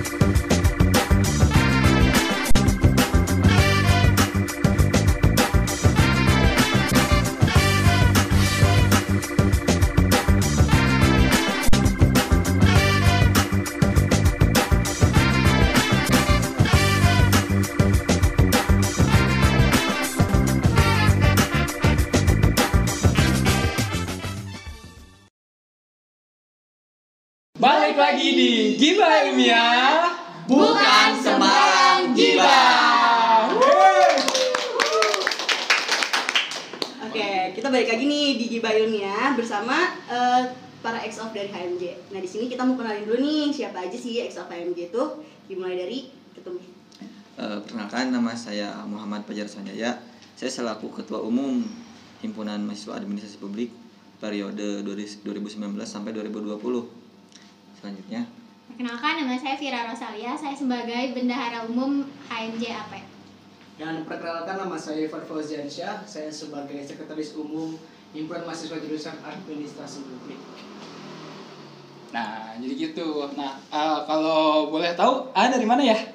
Balik lagi di Gibah Ilmiah, bukan sembarang gibah. Oke, kita balik lagi nih di Gibah Ilmiah bersama para ex-of dari HMJ. Nah, di sini kita mau kenalin dulu nih siapa aja sih ex-of HMJ itu. Dimulai dari ketum. Perkenalkan, nama saya Muhammad Fajar Sanjaya. Saya selaku Ketua Umum Himpunan Mahasiswa Administrasi Publik periode 2019 sampai 2020. Selanjutnya, perkenalkan, nama saya Vira Rosalia. Saya sebagai Bendahara Umum HMJ AP. Dan perkenalkan, nama saya Ivan Fauziansyah. Saya sebagai Sekretaris Umum Himpunan Mahasiswa Jurusan Administrasi Publik. Nah, jadi gitu. Nah, kalau boleh tahu, dari mana ya?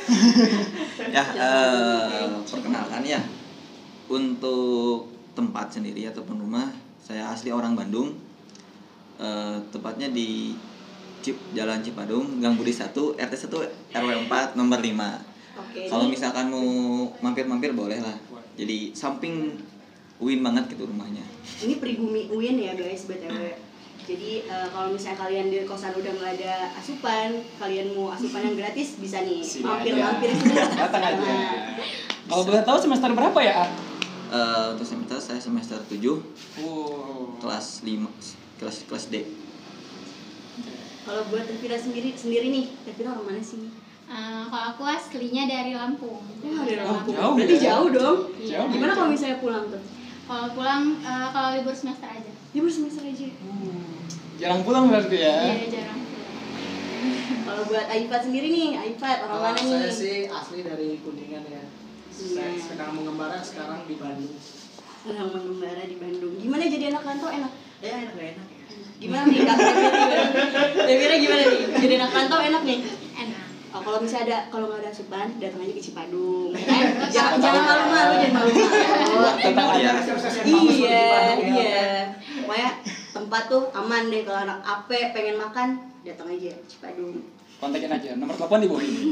Perkenalkan ya. Untuk tempat sendiri ataupun rumah, saya asli orang Bandung. Tepatnya di Jalan Cipadung, Gang Budi 1, RT 1, RW 4, nomor 5. Oke. Kalau misalkan mau mampir-mampir boleh lah. Jadi samping UIN banget gitu rumahnya. Ini pribumi UIN ya guys, BTW. Jadi kalau misalnya kalian di kosan udah nggak ada asupan, kalian mau asupan yang gratis bisa nih mampir-mampir sini. Datang aja. Kalau boleh tahu semester berapa ya? Untuk semester saya semester 7. Kelas 5, kelas D. Kalau buat Tevira sendiri nih, Tevira orang mana sih? Kalau aku aslinya dari Lampung. Wah, dari Lampung. Jauh Berarti ya? jauh dong. Jauh. Gimana kalau misalnya pulang tuh? Kalau pulang, kalau libur semester aja. Libur semester aja. Jarang pulang berarti ya? Iya, jarang pulang. Kalau buat Aifat sendiri nih, Aifat orang mana nih? Saya sih asli dari Kuningan ya. Saya sedang mengembara sekarang di Bandung. Sedang mengembara di Bandung. Gimana jadi anak rantau enak? Enak ya. Gimana nih Kak Tevira gimana nih? Jadi anak rantau enak nih? Enak. Oh, kalau misalnya kalau nggak ada asupan, datang aja ke Cipadung, kan? Jangan malu-malu, jangan malu-malu. Tetap aja. Iya. Pokoknya tempat tuh aman deh kalau anak AP pengen makan, datang aja Cipadung. Kontakin aja, nomor telepon di bawah ini.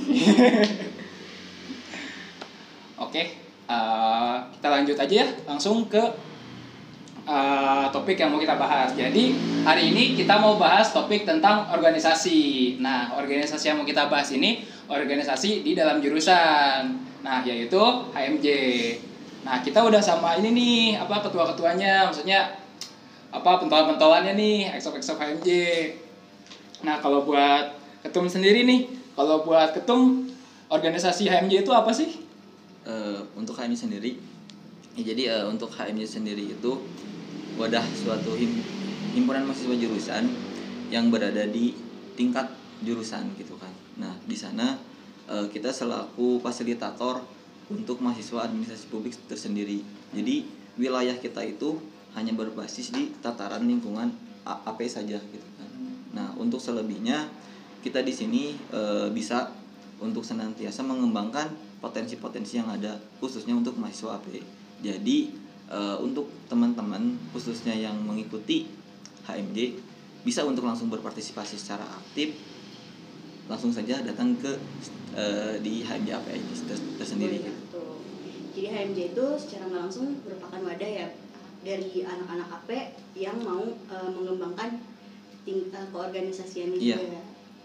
Oke, kita lanjut aja ya, langsung ke topik yang mau kita bahas. Jadi hari ini kita mau bahas topik tentang organisasi. Nah, organisasi yang mau kita bahas ini organisasi di dalam jurusan. Nah, yaitu HMJ. Nah, kita udah sama ini nih, ketua-ketuanya, maksudnya pentolan-pentolannya nih, ex-of HMJ. Nah, kalau buat ketum sendiri nih, kalau buat ketum organisasi HMJ itu apa sih? Untuk HMJ sendiri, jadi untuk HMJ sendiri itu wadah suatu himpunan mahasiswa jurusan yang berada di tingkat jurusan gitu kan. Nah, di sana kita selaku fasilitator untuk mahasiswa administrasi publik tersendiri. Jadi wilayah kita itu hanya berbasis di tataran lingkungan AP saja gitu kan. Nah, untuk selebihnya kita di sini bisa untuk senantiasa mengembangkan potensi-potensi yang ada khususnya untuk mahasiswa AP. Jadi untuk teman-teman khususnya yang mengikuti HMJ bisa untuk langsung berpartisipasi secara aktif, langsung saja datang ke di HMJ AP ini tersendiri. Jadi HMJ itu secara nggak langsung merupakan wadah ya dari anak-anak AP yang mau mengembangkan keorganisasian juga. Iya.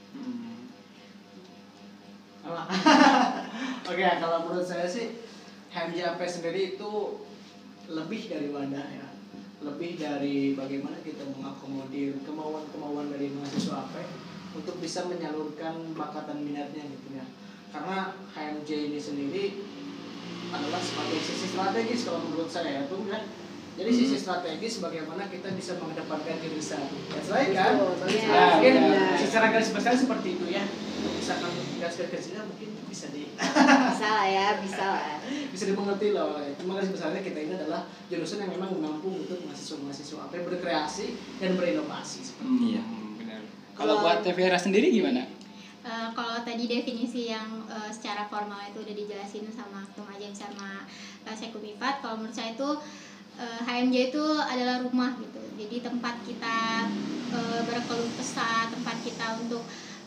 Oke, kalau menurut saya sih HMJ AP sendiri itu lebih dari wadah ya, lebih dari bagaimana kita mengakomodir kemauan-kemauan dari mahasiswa AP untuk bisa menyalurkan bakat dan minatnya gitu ya. Karena HMJ ini sendiri adalah sebagai sisi strategis kalau menurut saya ya, tuh kan. Jadi sisi strategis bagaimana kita bisa mengedepankan jurusan. That's right kan? Mungkin secara garis besar seperti itu ya. Misalkan garis kecilnya mungkin bisa bisa lah ya, bisa lah. Bisa dimengerti lah. Cuma garis besarnya kita ini adalah jurusan yang memang menampung untuk mahasiswa-mahasiswa apa berkreasi dan berinovasi. Iya. Benar. Kalau buat Tevira sendiri gimana? Kalau tadi definisi yang secara formal itu udah dijelasin sama Tum Ajeng sama Sekumifat, kalau menurut saya itu HMJ itu adalah rumah gitu. Jadi tempat kita berkeluh kesah, tempat kita untuk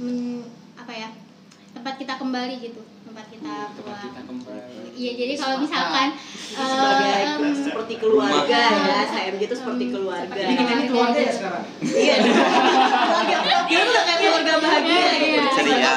tempat kita kembali gitu, tempat kita pulang. Iya, jadi kalau misalkan seperti keluarga ya, HMJ itu seperti keluarga. Jadi kita ini keluarga ya sekarang. Iya. Dia udah kayak keluarga bahagia gitu. Ceria.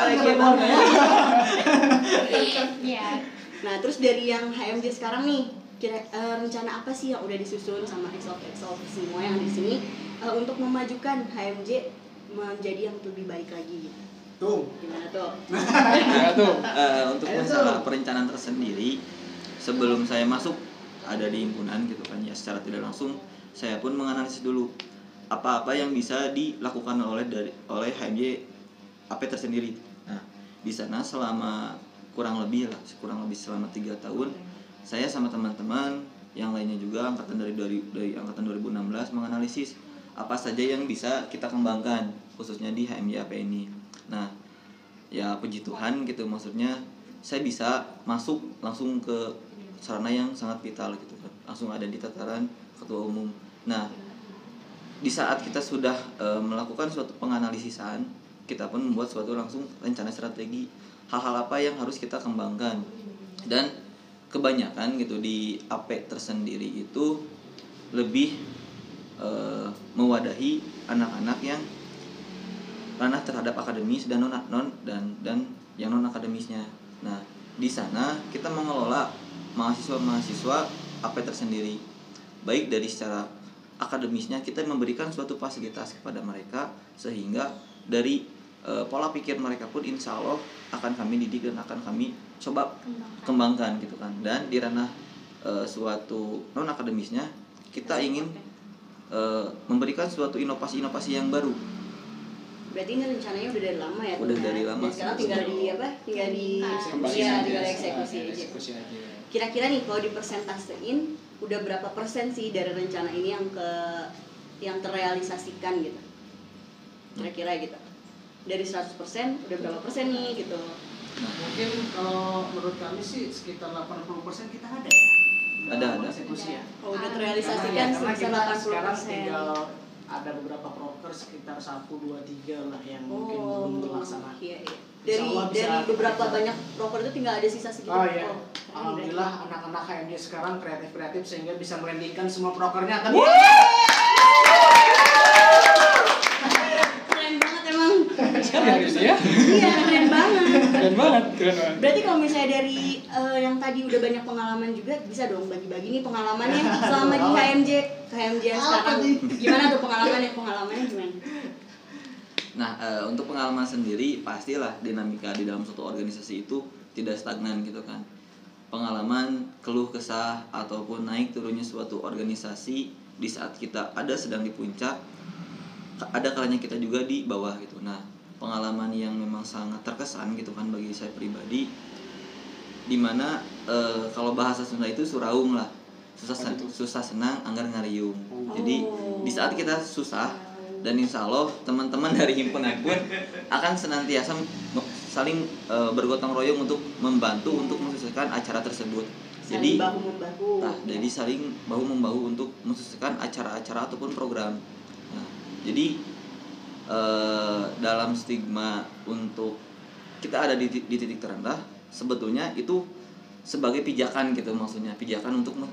Iya. Nah, terus dari yang HMJ sekarang nih, rencana apa sih yang udah disusun sama EXO semua yang di sini untuk memajukan HMJ menjadi yang lebih baik lagi gitu. Tuh. Gimana tuh? Untuk masalah perencanaan tersendiri, sebelum saya masuk ada di himpunan gitu kan ya, secara tidak langsung saya pun menganalisis dulu apa-apa yang bisa dilakukan oleh HMJ AP tersendiri. Nah, di sana selama kurang lebih selama 3 tahun saya sama teman-teman yang lainnya juga angkatan dari angkatan 2016 menganalisis apa saja yang bisa kita kembangkan khususnya di HMJ AP ini. Nah, ya puji Tuhan gitu, maksudnya saya bisa masuk langsung ke sarana yang sangat vital gitu kan, langsung ada di tataran ketua umum. Nah, di saat kita sudah melakukan suatu penganalisisan, kita pun membuat suatu langsung rencana strategi hal-hal apa yang harus kita kembangkan. Dan kebanyakan gitu di AP tersendiri itu lebih mewadahi anak-anak yang ranah terhadap akademis dan yang non akademisnya. Nah, di sana kita mengelola mahasiswa AP tersendiri. Baik dari secara akademisnya kita memberikan suatu fasilitas kepada mereka sehingga dari pola pikir mereka pun insya Allah akan kami didik dan akan kami coba kembangkan gitu kan. Dan di ranah suatu non akademisnya kita ingin memberikan suatu inovasi-inovasi yang baru. Berarti ini rencananya udah dari lama ya? Udah dari lama. Dan sekarang tinggal eksekusi aja. Kira-kira nih kalau dipersentasein udah berapa persen sih dari rencana ini yang terrealisasikan gitu? Kira-kira gitu. Dari 100% udah berapa persen nih gitu? Nah, mungkin kalau menurut kami sih sekitar 80% kita ada ya. Ada. Eksekusi ya. Oh, udah terrealisasikan Karena sebesar kita sekarang 80%. tinggal ada beberapa proker sekitar 1, 2, 3 lah yang mungkin belum terlaksana. Iya. Insya Allah Dari bisa beberapa kita- banyak proker itu tinggal ada sisa segitu. Oh iya. keren Alhamdulillah berarti. anak-anak HMJ sekarang kreatif sehingga bisa merendingkan semua prokernya. Tapi Keren banget emang. Ya? Iya, keren banget. Keren banget. Berarti kalau misalnya dari yang tadi udah banyak pengalaman juga, bisa dong bagi-bagi nih pengalamannya selama di HMJ yang sekarang. Gimana tuh pengalamannya gimana? Nah, untuk pengalaman sendiri pastilah dinamika di dalam suatu organisasi itu tidak stagnan gitu kan. Pengalaman keluh kesah ataupun naik turunnya suatu organisasi di saat kita ada sedang di puncak, ada kalanya kita juga di bawah gitu. Nah, pengalaman yang memang sangat terkesan gitu kan bagi saya pribadi, dimana kalau bahasa Sunda itu suraung lah, susah senang anggar ngariung. Jadi di saat kita susah, dan insya Allah teman-teman dari himpunan pun akan senantiasa saling bergotong royong untuk membantu untuk mensukseskan acara tersebut. Jadi Saling bahu-membahu. Nah, jadi saling bahu membahu untuk mensukseskan acara-acara ataupun program. Nah, jadi dalam stigma untuk kita ada di titik terendah, sebetulnya itu sebagai pijakan gitu, maksudnya pijakan untuk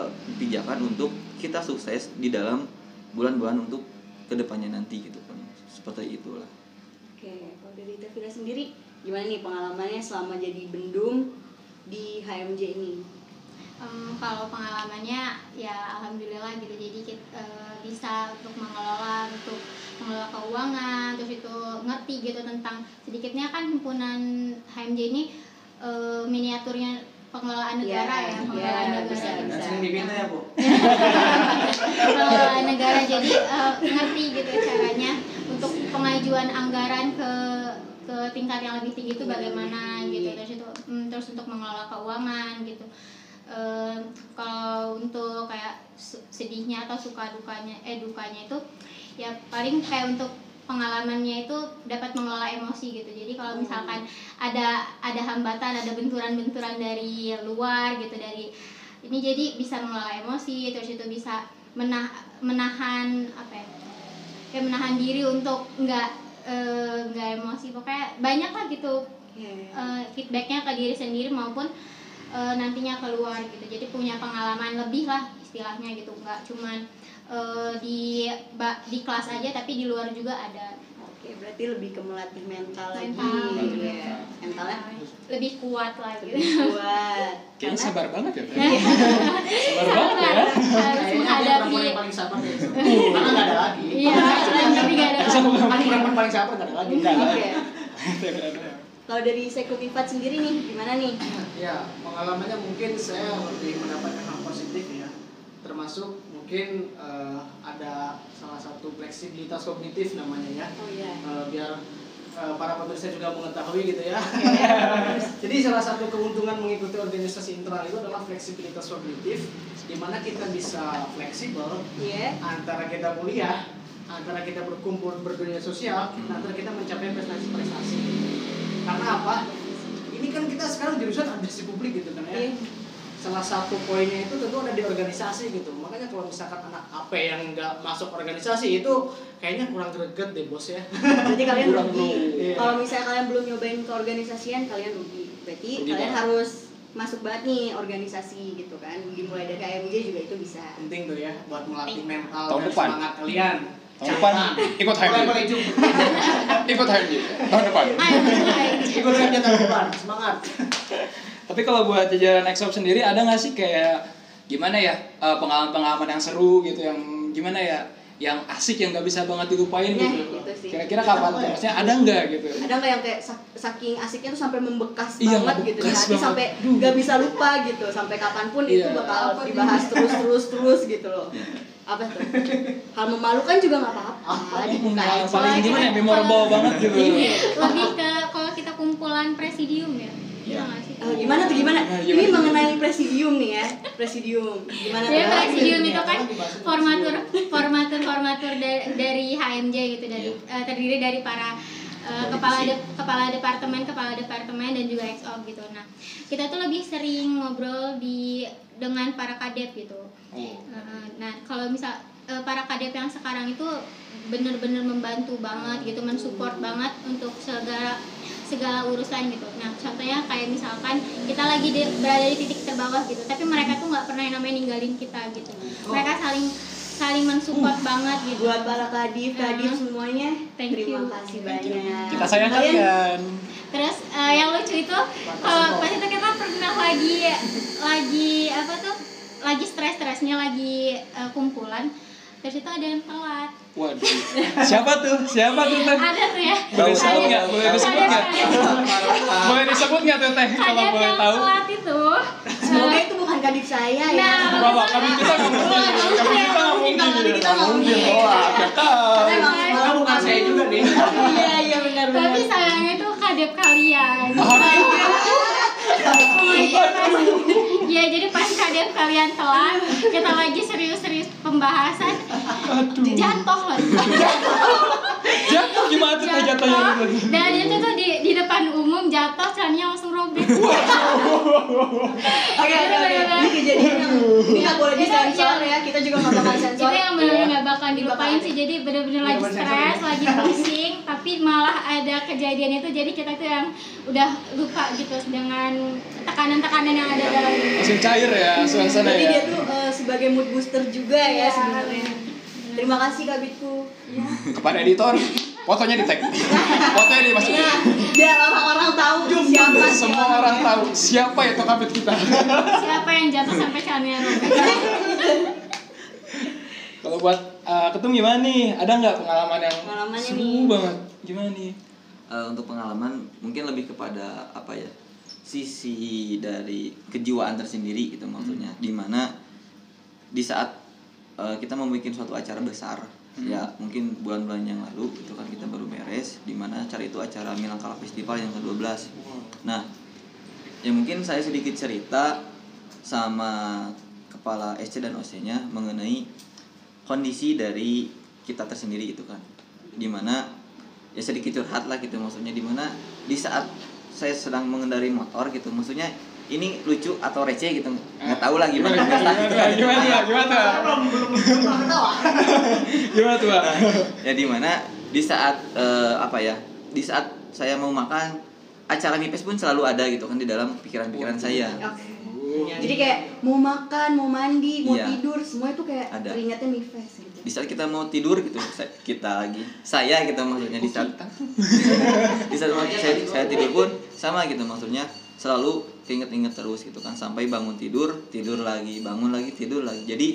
kita sukses di dalam bulan-bulan untuk kedepannya nanti gitu kan, seperti itulah. Oke, kalau dari Tevila sendiri gimana nih pengalamannya selama jadi bendum di HMJ ini? Kalau pengalamannya ya alhamdulillah gitu, jadi kita bisa untuk mengelola keuangan, terus itu ngerti gitu tentang sedikitnya kan himpunan HMJ ini miniaturnya pengelolaan negara ya, pengelolaan negara. dan sering dipinta ya Bu. Pengelolaan negara, jadi ngerti gitu caranya untuk pengajuan anggaran ke tingkat yang lebih tinggi itu bagaimana gitu, terus untuk mengelola keuangan gitu. Kalau untuk kayak sedihnya atau dukanya itu ya paling kayak untuk pengalamannya itu dapat mengelola emosi gitu. Jadi kalau misalkan ada hambatan, ada benturan-benturan dari luar gitu, dari ini, jadi bisa mengelola emosi, terus itu bisa menahan apa ya, kayak menahan diri untuk nggak emosi. Pokoknya banyak lah gitu feedbacknya ke diri sendiri maupun nantinya keluar gitu. Jadi punya pengalaman lebih lah istilahnya gitu, nggak cuman di kelas aja tapi di luar juga ada. Oke, berarti lebih ke melatih mental lagi ya. Mentalnya lebih kuat lah gitu. lebih kuat. Kayaknya sabar banget ya. Sabar banget ya. Harus Kayaknya dia menghadapi. perempuan yang paling sabar deh. Karena nggak ada lagi. Iya, jadi nggak ada. Perempuan paling sabar nggak ada lagi. Oke. Kalau dari Sekut Ifat sendiri nih, gimana nih? Ya, pengalamannya mungkin saya lebih mendapatkan hal positif ya. Termasuk mungkin ada salah satu fleksibilitas kognitif namanya ya. Oh iya. Biar para pemirsa juga mengetahui gitu ya. Jadi salah satu keuntungan mengikuti organisasi internal itu adalah fleksibilitas kognitif, di mana kita bisa fleksibel antara kita kuliah, antara kita berkumpul berdunia sosial, antara kita mencapai prestasi-prestasi. Karena apa? Ini kan kita sekarang jurusan administrasi publik gitu kan ya. Salah satu poinnya itu tentu ada di organisasi gitu. Makanya kalau misalkan anak AP yang nggak masuk organisasi itu kayaknya kurang greget deh bos ya. Berarti kalian rugi. Iya. Kalau misalnya kalian belum nyobain keorganisasian, kalian rugi. Berarti kalian harus masuk banget nih organisasi gitu kan. Dimulai dari HMJ juga itu bisa. Penting tuh ya buat melatih mental Tahun dan depan. semangat kalian. Tahun depan ikut HMJ. Mulai jumpa. Ikut HMJ tahun depan. Ikut HMJ tahun depan. Semangat. Tapi kalau buat jajaran Exop sendiri ada nggak sih kayak gimana ya pengalaman-pengalaman yang seru gitu, yang gimana ya, yang asik yang nggak bisa banget dilupain gitu. Gitu sih. Kira-kira kapan tuh? Maksudnya ada nggak gitu? Ada nggak yang kayak saking asiknya tuh sampai membekas Iya, banget gitu di membekas hati, banget. sampai nggak bisa lupa gitu, sampai kapanpun itu Iya. bakal dibahas terus gitu loh. Apa tuh? Hal memalukan juga nggak apa-apa. dibukain. Yang paling gimana ya, memorable banget gitu. Lebih ke kalau kita kumpulan presidium ya. Iya nggak sih? Gimana tuh gimana? Nah, Ini mengenai presidium nih ya, presidium. Gimana tuh? Jadi presidium itu kan formatur dari HMJ gitu, dari terdiri dari para kepala departemen dan juga XO gitu. Nah, kita tuh lebih sering ngobrol dengan para kadep gitu. Nah, kalau misal para kadep yang sekarang itu bener-bener membantu banget gitu, mensupport banget untuk segala urusan gitu. Nah, contohnya kayak misalkan kita lagi berada di titik terbawah gitu, tapi mereka tuh nggak pernah yang namanya ninggalin kita gitu. Mereka saling mensupport banget gitu. Buat para kadif semuanya, Thank terima you. kasih banyak. Kita sayang kalian. Terus yang lucu itu kalau pas itu kita pernah lagi apa tuh, lagi stres-stresnya, lagi kumpulan, terus itu ada yang telat. Waduh. Siapa tuh? Ada tuh ya. Boleh disebut nggak? Boleh disebut nggak Teteh kalau Kadep boleh yang tahu? telat itu. Semoga itu bukan kadif saya ya. Nah, Bapak, kami kita nggak mungkin. Kita nggak mungkin. Wah, kita. Malah bukan saya juga nih. Iya benar. tapi sayangnya itu kadep kalian. Ya, jadi pas kadep kalian telat, kita lagi serius-serius pembahasan, jatuh lagi. Jatuh gimana tuh jatuhnya? Dan itu tuh di depan umum jatuh, celananya langsung robek. Oke. Ini kejadian yang ini nggak boleh disensor ya. Kita juga nggak bakal sensor. Itu yang benar-benar nggak bakal dilupain sih. Jadi benar-benar lagi stres, lagi pusing, tapi malah ada kejadian itu. Jadi kita tuh yang udah lupa gitu dengan tekanan-tekanan yang ada dalam diri. Langsung cair ya suasana Jadi ya. dia tuh sebagai mood booster juga ya Iya. sebenarnya. Terima kasih Kabitku. Kepada editor, fotonya di tag. Fotonya dimasukin. Nah, biar orang-orang tahu siapa Semua orang tahu siapa itu kabit kita. Siapa yang jatuh sampai celananya robek? Kalau buat Ketum gimana nih? Ada nggak pengalaman yang Pengalamannya seru nih. banget? Gimana nih? Untuk pengalaman mungkin lebih kepada apa ya, sisi dari kejiwaan tersendiri gitu maksudnya, dimana di saat kita membuat suatu acara besar ya, mungkin bulan-bulan yang lalu itu kan kita baru beres, dimana acara itu acara Minangkala Festival yang ke-12. Nah ya mungkin saya sedikit cerita sama kepala SC dan OC nya mengenai kondisi dari kita tersendiri itu kan, dimana ya sedikit curhat lah gitu, maksudnya dimana di saat saya sedang mengendari motor gitu, maksudnya ini lucu atau receh gitu, nggak tahu lah gimana Gimana tuh? Ya dimana di saat di saat saya mau makan, acara MIPES pun selalu ada gitu kan di dalam pikiran saya. Oke. Jadi kayak mau makan, mau mandi, mau Iya. tidur, semua itu kayak Ada. teringatnya MIPES gitu. Di saat kita mau tidur gitu, saya gitu maksudnya di saat saya tidur pun sama gitu, maksudnya selalu keinget-inget terus gitu kan, sampai bangun tidur lagi, bangun lagi, tidur lagi. Jadi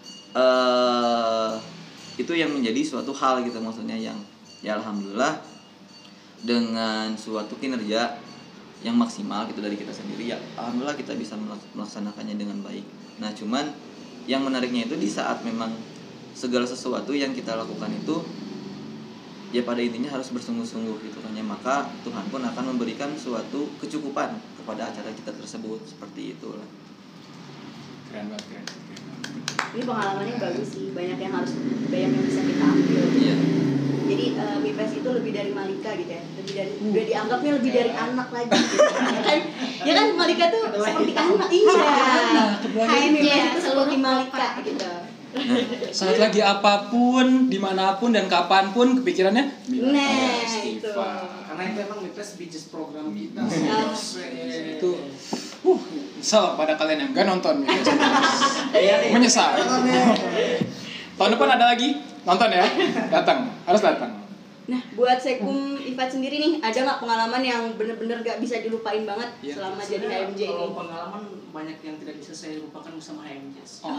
itu yang menjadi suatu hal gitu, maksudnya yang ya alhamdulillah dengan suatu kinerja yang maksimal gitu dari kita sendiri, ya alhamdulillah kita bisa melaksanakannya dengan baik. Nah cuman yang menariknya itu di saat memang segala sesuatu yang kita lakukan itu ya pada intinya harus bersungguh-sungguh gitu kan ya, maka Tuhan pun akan memberikan suatu kecukupan kepada acara kita tersebut, seperti itulah. Keren banget, keren. Ini pengalamannya bagus sih, banyak yang bisa kita ambil. Iya. Jadi MIPES itu lebih dari Malika gitu ya, udah dianggapnya lebih dari anak lagi gitu. ya kan Malika tuh seperti anak, HMJ itu seperti Malika gitu. Saat lagi apapun, dimanapun dan kapanpun kepikirannya Nah, itu. Karena itu emang MIPES bisnis program kita. itu misal pada kalian yang gak nonton menyesal. Tahun depan ada lagi, nonton ya, harus datang. Nah, buat Sekum Ifat sendiri nih, ada nggak pengalaman yang bener-bener gak bisa dilupain banget selama jadi HMJ ini? Kalau pengalaman banyak yang tidak bisa saya lupakan bersama HMJ.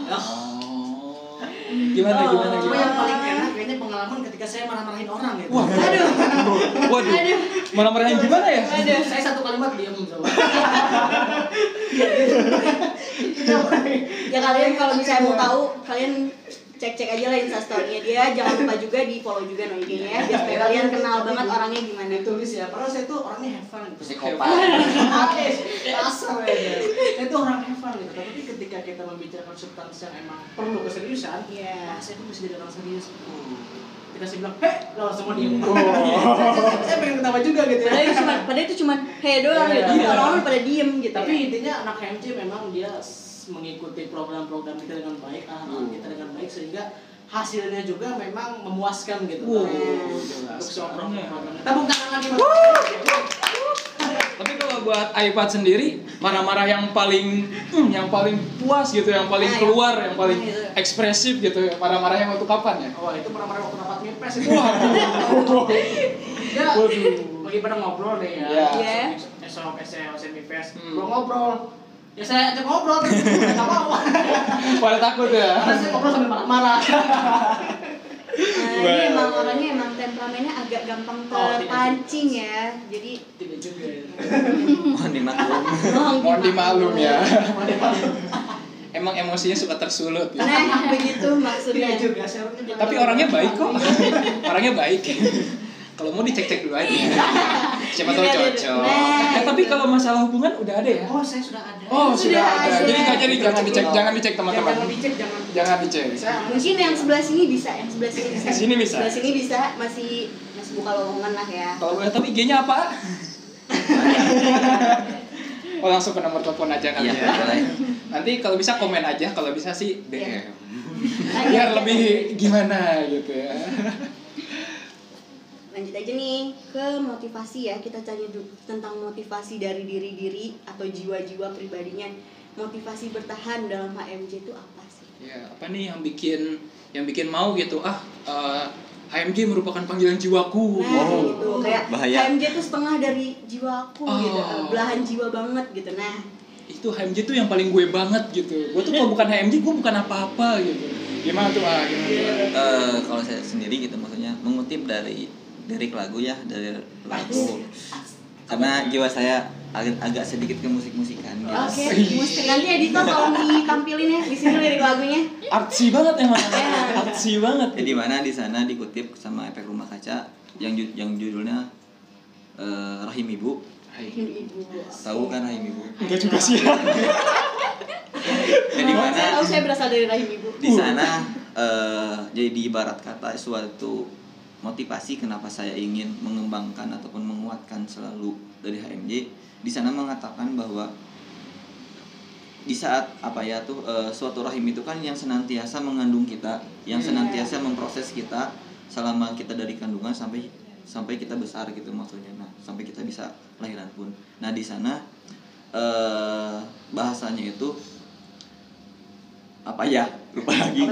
Gimana? Cuma yang paling enak kayaknya pengalaman ketika saya marah-marahin orang gitu. Waduh. Marah-marahin gimana ya? Saya satu kalimat diam coba. Ya kalian kalau misalnya mau tahu, kalian cek aja lah Instastory-nya dia, jangan lupa juga di follow juga IG-nya ya, biar supaya kalian kenal banget orangnya gimana. Tulis ya, padahal saya tuh orangnya have fun gitu. Psikopat. Asal ya. Saya tuh orang have fun gitu, tapi ketika kita membicarakan substansi yang emang perlu keseriusan, saya tuh bisa jadi orang serius. Kita sih bilang, kalau semua diem. Saya pengen ketawa juga gitu ya. Padahal itu cuma doang gitu, orang-orang pada diem gitu. Tapi intinya anak HMJ memang dia mengikuti program-program kita dengan baik, kita dengan baik, sehingga hasilnya juga memang memuaskan gitu. Untuk semua program-program. Tepuk tangan lagi. Tapi kalau buat iPad sendiri, marah-marah yang paling puas gitu, yang paling keluar, yang paling ekspresif gitu, marah-marah yang waktu kapan ya? Oh, itu marah-marah waktu rapat MIPES itu. Ya, lagi pada ngobrol deh ya. Esok MIPES, ngobrol. Ya saya ajak ngobrol, nggak mau. Pada takut ya? Karena saya ngobrol sambil marah-marah. Ini emang orangnya temperamennya agak gampang terpancing ya. Jadi tidak juga ya. Mohon dimaklum ya. Emang emosinya suka tersulut ya. Nah, begitu maksudnya. Tidak juga, Tapi orangnya baik kok. Orangnya baik. Kalau mau dicek-cek dulu aja. Siapa tahu cocok. Tapi kalau masalah hubungan udah ada ya? Oh, saya sudah ada. Sudah ada. Jadi jangan dicek teman-teman. Jangan dicek. Mungkin yang sebelah sini bisa, Sini bisa. Sebelah sini bisa, masih buka lowongan lah ya. Kalau boleh tahu IG-nya apa? Langsung ke nomor telepon aja kali ya. Boleh. Nanti kalau bisa komen aja, kalau bisa sih DM. Biar lebih gimana gitu ya. Lanjut aja nih ke motivasi ya, kita cari tentang motivasi dari diri atau jiwa-jiwa pribadinya. Motivasi bertahan dalam HMJ itu apa sih? Ya, apa nih yang bikin mau gitu? HMJ merupakan panggilan jiwaku. Gitu. Kayak bahaya. HMJ itu setengah dari jiwaku gitu, belahan jiwa banget gitu. Nah, itu HMJ tuh yang paling gue banget gitu. Gue tuh kalau bukan HMJ gue bukan apa-apa gitu. Gimana tuh? Kalau saya sendiri gitu, maksudnya mengutip dari lirik lagu ya, dari lagu, karena jiwa saya agak sedikit ke musik-musikan gitu. Oke, musik. Nanti editor tolong ditampilin ya di sini lirik lagunya. Artsy banget emang. Artsy banget. Jadi mana di sana dikutip sama Efek Rumah Kaca yang judulnya Rahim Ibu. Tahu kan Rahim Ibu? Enggak juga sih. Jadi mana? Saya berasal dari Rahim Ibu. Di sana jadi ibarat kata suatu motivasi kenapa saya ingin mengembangkan ataupun menguatkan selalu dari HMJ, di sana mengatakan bahwa di saat suatu rahim itu kan yang senantiasa mengandung kita, yang senantiasa memproses kita selama kita dari kandungan sampai kita besar gitu maksudnya. Nah, sampai kita bisa lahiran pun. Nah, di sana bahasanya itu lupa lagi.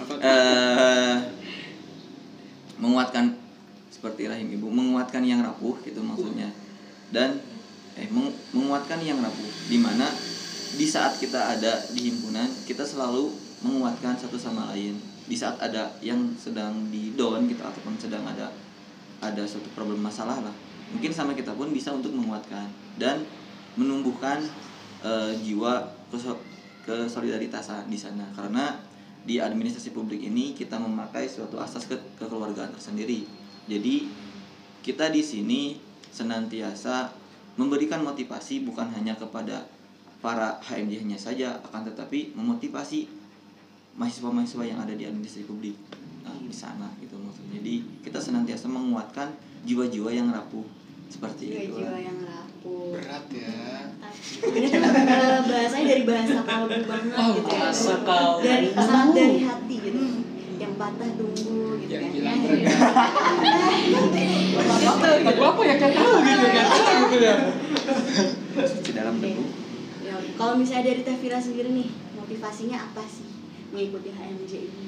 Menguatkan seperti rahim ibu, menguatkan yang rapuh gitu maksudnya. Dan menguatkan yang rapuh, di mana di saat kita ada di himpunan, kita selalu menguatkan satu sama lain. Di saat ada yang sedang di down gitu ataupun sedang ada suatu problem masalah lah, mungkin sama kita pun bisa untuk menguatkan dan menumbuhkan jiwa kesolidaritasan di sana. Karena di administrasi publik ini kita memakai suatu asas kekeluargaan tersendiri. Jadi kita di sini senantiasa memberikan motivasi bukan hanya kepada para HMJ-nya saja, akan tetapi memotivasi mahasiswa-mahasiswa yang ada di administrasi publik di sana gitu maksudnya. Jadi kita senantiasa menguatkan jiwa-jiwa yang rapuh seperti itu. Jiwa yang rapuh. Berat ya. Bahasanya dari bahasa kalbu banget gitu ya. Bahasa kalbu. Sangat dari hati gitu. Yang patah tumbuh gitu Yang kan. hilang berganti. Apa ya kan tahu gitu kan. Gitu ya. Di dalam debu. Ya, kalau misalnya dari Teh Vira sendiri nih, motivasinya apa sih mengikuti HMJ ini?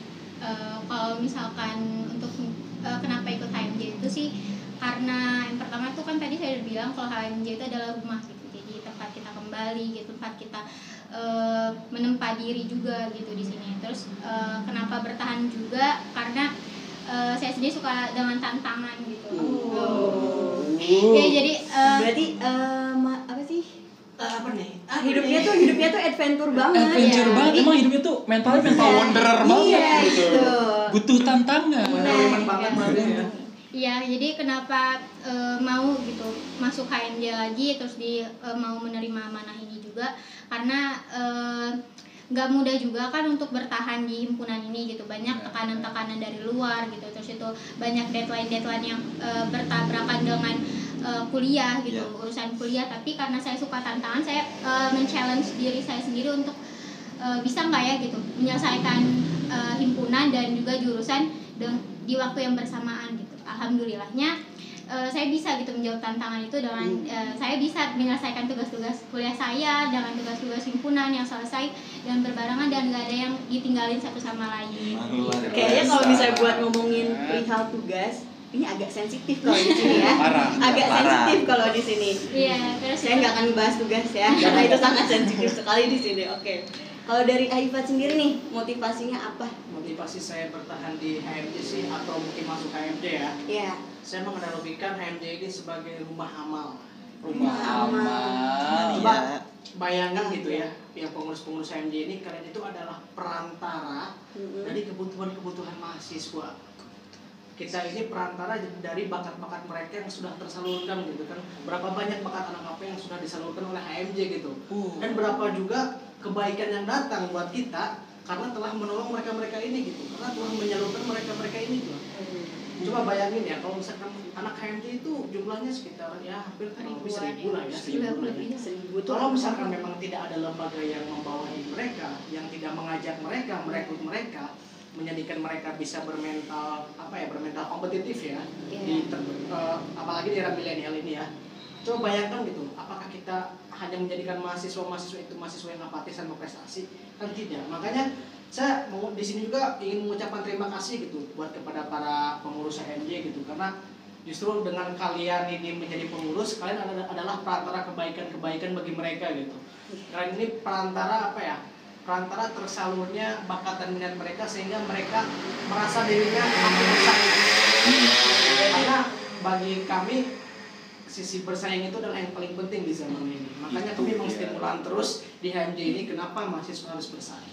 Kalau misalkan untuk kenapa ikut HMJ itu sih karena yang pertama itu kan tadi saya udah bilang kalau HMJ itu adalah rumah gitu, jadi tempat kita kembali gitu, tempat kita menempa diri juga gitu di sini. Terus kenapa bertahan juga karena saya sendiri suka dengan tantangan gitu. Ya jadi berarti apa sih? Apa nih? Hidupnya tuh adventure banget. Adventure banget. Emang hidupnya tuh mental wanderer banget gitu. Gitu. Butuh tantangan. Banget ya. Iya, jadi kenapa mau gitu masuk HMJ lagi terus mau menerima amanah ini juga karena nggak mudah juga kan untuk bertahan di himpunan ini gitu, banyak tekanan-tekanan dari luar gitu, terus itu banyak deadline yang bertabrakan dengan kuliah gitu, urusan kuliah. Tapi karena saya suka tantangan, saya men-challenge diri saya sendiri untuk bisa nggak ya gitu menyelesaikan himpunan dan juga jurusan di waktu yang bersamaan gitu. Alhamdulillahnya saya bisa gitu menjawab tantangan itu dengan saya bisa menyelesaikan tugas-tugas kuliah saya dengan tugas-tugas himpunan yang selesai dan berbarengan dan nggak ada yang ditinggalin satu sama lain. Kayaknya kalau misalnya buat ngomongin perihal tugas, ini agak sensitif kalau di sini ya. Agak sensitif kalau di sini. Iya, terus saya nggak akan bahas tugas ya, karena itu sangat sensitif sekali di sini. Oke. Kalau dari Aifat sendiri nih, motivasinya apa? Motivasi saya bertahan di HMJ sih atau mungkin masuk HMJ ya. Iya. Saya menganalogikan HMJ ini sebagai rumah amal. Rumah amal. Coba bayangkan gitu ya, yang pengurus-pengurus HMJ ini kalian itu adalah perantara dari kebutuhan-kebutuhan mahasiswa. Kita ini perantara dari bakat-bakat mereka yang sudah tersalurkan gitu kan. Berapa banyak bakat anak apa yang sudah disalurkan oleh HMJ gitu. Dan berapa juga kebaikan yang datang buat kita karena telah menolong mereka-mereka ini gitu. Karena telah menyalurkan mereka-mereka ini gitu. Coba bayangin ya, kalau misalkan anak HMJ itu jumlahnya sekitar ya hampir 1.000 lah ya. 1.000. Kalau misalkan memang tidak ada lembaga yang membawahi mereka, yang tidak mengajak mereka, merekrut mereka, menjadikan mereka bisa bermental kompetitif ya, apalagi di era milenial ini ya. Coba bayangkan gitu, apakah kita hanya menjadikan mahasiswa itu mahasiswa yang apatis tanpa prestasi? Kan tidak. Makanya saya mau di sini juga ingin mengucapkan terima kasih gitu buat kepada para pengurus HMJ gitu, karena justru dengan kalian ini menjadi pengurus, kalian adalah perantara kebaikan bagi mereka gitu. Kalian ini perantara perantara tersalurnya bakat dan minat mereka sehingga mereka merasa dirinya mampu bersaing. Karena bagi kami sisi bersaing itu adalah yang paling penting di zaman ini. Makanya kami mengstimulan terus di HMJ ini kenapa mahasiswa harus bersaing.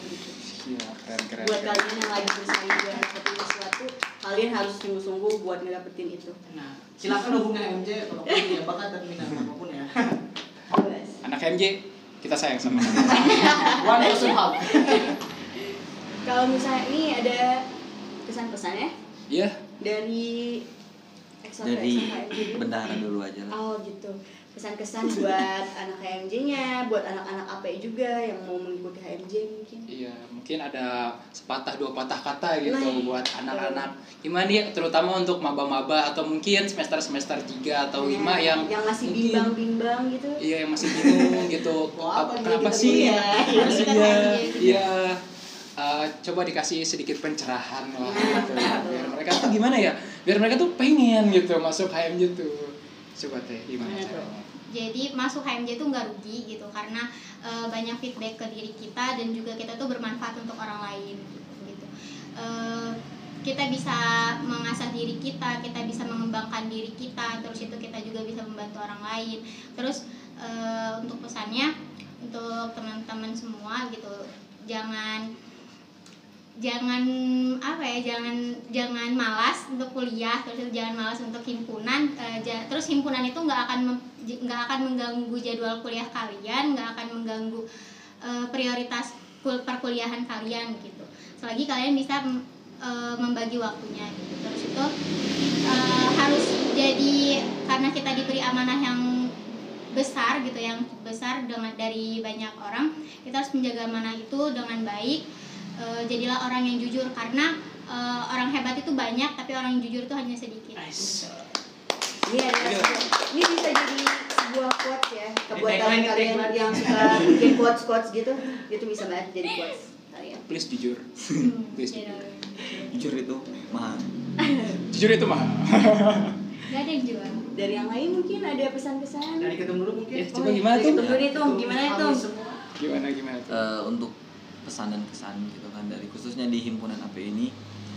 Keren. Buat kalian yang lagi bersaing buat dapetin sesuatu, kalian harus sungguh-sungguh buat ngedapetin itu. Nah, silakan hubungi HMJ kalau kalian ya bakat dan minat apapun ya. Anak HMJ kita sayang sama. One person help. Kalau misalnya ini ada pesan-pesannya? Iya. Dari Dari HMJ. bendahara dulu aja lah. Oh gitu. Pesan-kesan buat anak HMJ-nya, buat anak-anak AP juga yang mau mengikuti HMJ mungkin. Iya, mungkin ada sepatah dua patah kata gitu Nah, buat anak-anak. Gimana ya, terutama untuk maba-maba atau mungkin semester-semester 3 atau 5 yang masih mungkin- bimbang-bimbang gitu. Iya, yang masih bingung gitu. Wah, apa Kenapa gitu sih? ya? Kenapa sih Ikut ya? HMJ. Iya. Coba dikasih sedikit pencerahan lah gitu. Biar mereka tuh gimana ya? Biar mereka tuh pengen gitu masuk HMJ tuh. Coba teh gimana Gimana tuh? caranya? Jadi masuk HMJ itu nggak rugi gitu karena banyak feedback ke diri kita dan juga kita tuh bermanfaat untuk orang lain gitu. Kita bisa mengasah diri kita bisa mengembangkan diri kita, terus itu kita juga bisa membantu orang lain. Terus untuk pesannya untuk teman-teman semua gitu, jangan jangan malas untuk kuliah, terus jangan malas untuk himpunan. Terus himpunan itu nggak akan mengganggu jadwal kuliah kalian, nggak akan mengganggu prioritas perkuliahan kalian gitu. Selagi kalian bisa membagi waktunya gitu. Terus itu harus jadi, karena kita diberi amanah yang besar gitu, dari banyak orang, kita harus menjaga amanah itu dengan baik. Jadilah orang yang jujur, karena orang hebat itu banyak tapi orang yang jujur itu hanya sedikit. Nice. Ini bisa jadi sebuah quotes ya. Buat Tagline, kalian tagline. yang suka bikin quotes gitu, itu bisa banget jadi quotes kalian. Please jujur. Please Jadi, jujur. Jujur itu mahal. Jujur itu mah. gak ada yang jual. Dari yang lain mungkin ada pesan-pesan. Dari ketemu dulu mungkin. Ya, coba gimana tuh? Tunggu nih tuh, gimana Kami tuh? semua. Gimana tuh? Untuk pesan dan kesan gitu kan, dari khususnya di himpunan AP ini,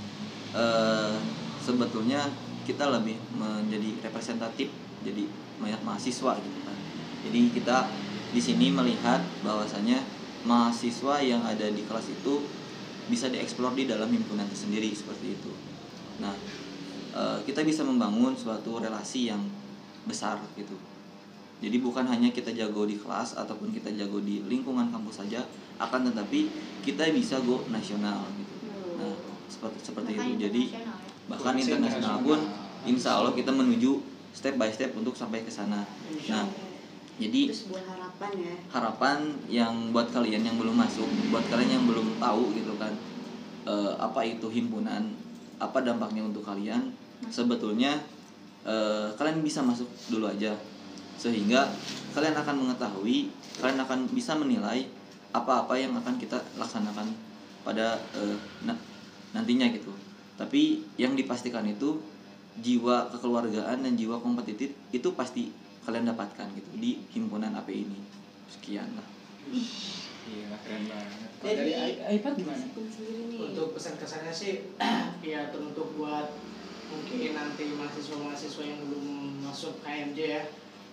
sebetulnya kita lebih menjadi representatif, jadi mahasiswa gitu kan. Jadi kita di sini melihat bahwasanya mahasiswa yang ada di kelas itu bisa dieksplor di dalam himpunan tersendiri, seperti itu. Nah, kita bisa membangun suatu relasi yang besar gitu. Jadi bukan hanya kita jago di kelas ataupun kita jago di lingkungan kampus saja, akan tetapi kita bisa go nasional gitu. Nah, seperti itu. Jadi bahkan internasional pun insya Allah kita menuju step by step untuk sampai ke sana. Nah, jadi Itu sebuah harapan ya. harapan yang buat kalian yang belum masuk, buat kalian yang belum tahu gitu kan, apa itu himpunan, apa dampaknya untuk kalian, sebetulnya kalian bisa masuk dulu aja, sehingga kalian akan mengetahui, kalian akan bisa menilai apa-apa yang akan kita laksanakan pada nantinya gitu. Tapi yang dipastikan itu jiwa kekeluargaan dan jiwa kompetitif itu pasti kalian dapatkan gitu di himpunan AP ini. Sekian lah. Iya, keren banget. Dari iPad gimana? sendiri nih. Untuk pesan-kesannya sih ya teruntuk buat mungkin nanti mahasiswa-mahasiswa yang belum masuk HMJ ya,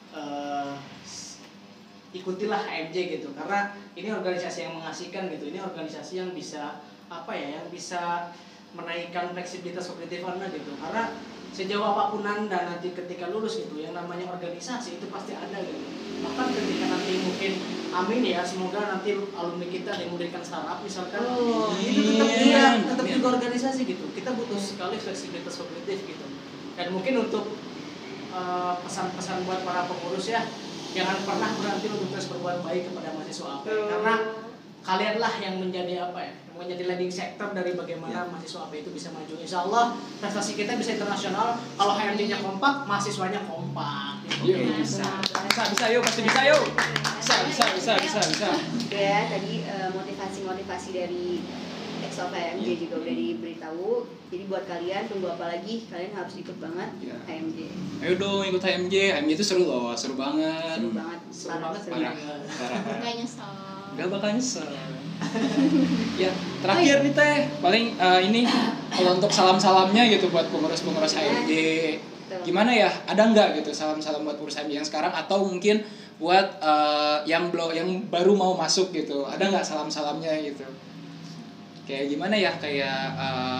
ikutilah HMJ gitu, karena ini organisasi yang mengasihkan gitu. Ini organisasi yang bisa yang bisa menaikkan fleksibilitas kognitif Anda gitu. Karena sejauh apapun Anda nanti ketika lulus gitu, yang namanya organisasi itu pasti ada gitu. Bahkan ketika nanti mungkin amin ya, semoga nanti alumni kita yang memberikan startup misalkan, itu tetap juga organisasi gitu. Kita butuh sekali fleksibilitas kognitif gitu. Dan mungkin untuk pesan-pesan buat para pengurus ya, jangan pernah berhenti untuk terus berbuat baik kepada mahasiswa AP, karena kalianlah yang menjadi menjadi leading sector dari bagaimana mahasiswa AP itu bisa maju. Insya Allah prestasi kita bisa internasional kalau HMD-nya kompak, mahasiswanya kompak. Yuk, bisa yuk, pasti bisa yuk. Bisa. Oke ya, tadi motivasi dari Exo HMJ juga udah diberitahu. Jadi buat kalian tunggu apa lagi? Kalian harus ikut banget HMJ. Ayo dong ikut HMJ. HMJ itu seru loh, seru banget. Seru banget. Parah. Gak nyesel. Gak bakal nyesel. Ya, terakhir nih Teh, paling ini kalau untuk salam-salamnya gitu buat pengurus-pengurus HMJ. Gimana ya? Ada nggak gitu salam-salam buat pengurus HMJ yang sekarang atau mungkin buat yang baru mau masuk gitu? Ada nggak salam-salamnya gitu? Kayak gimana ya? Kayak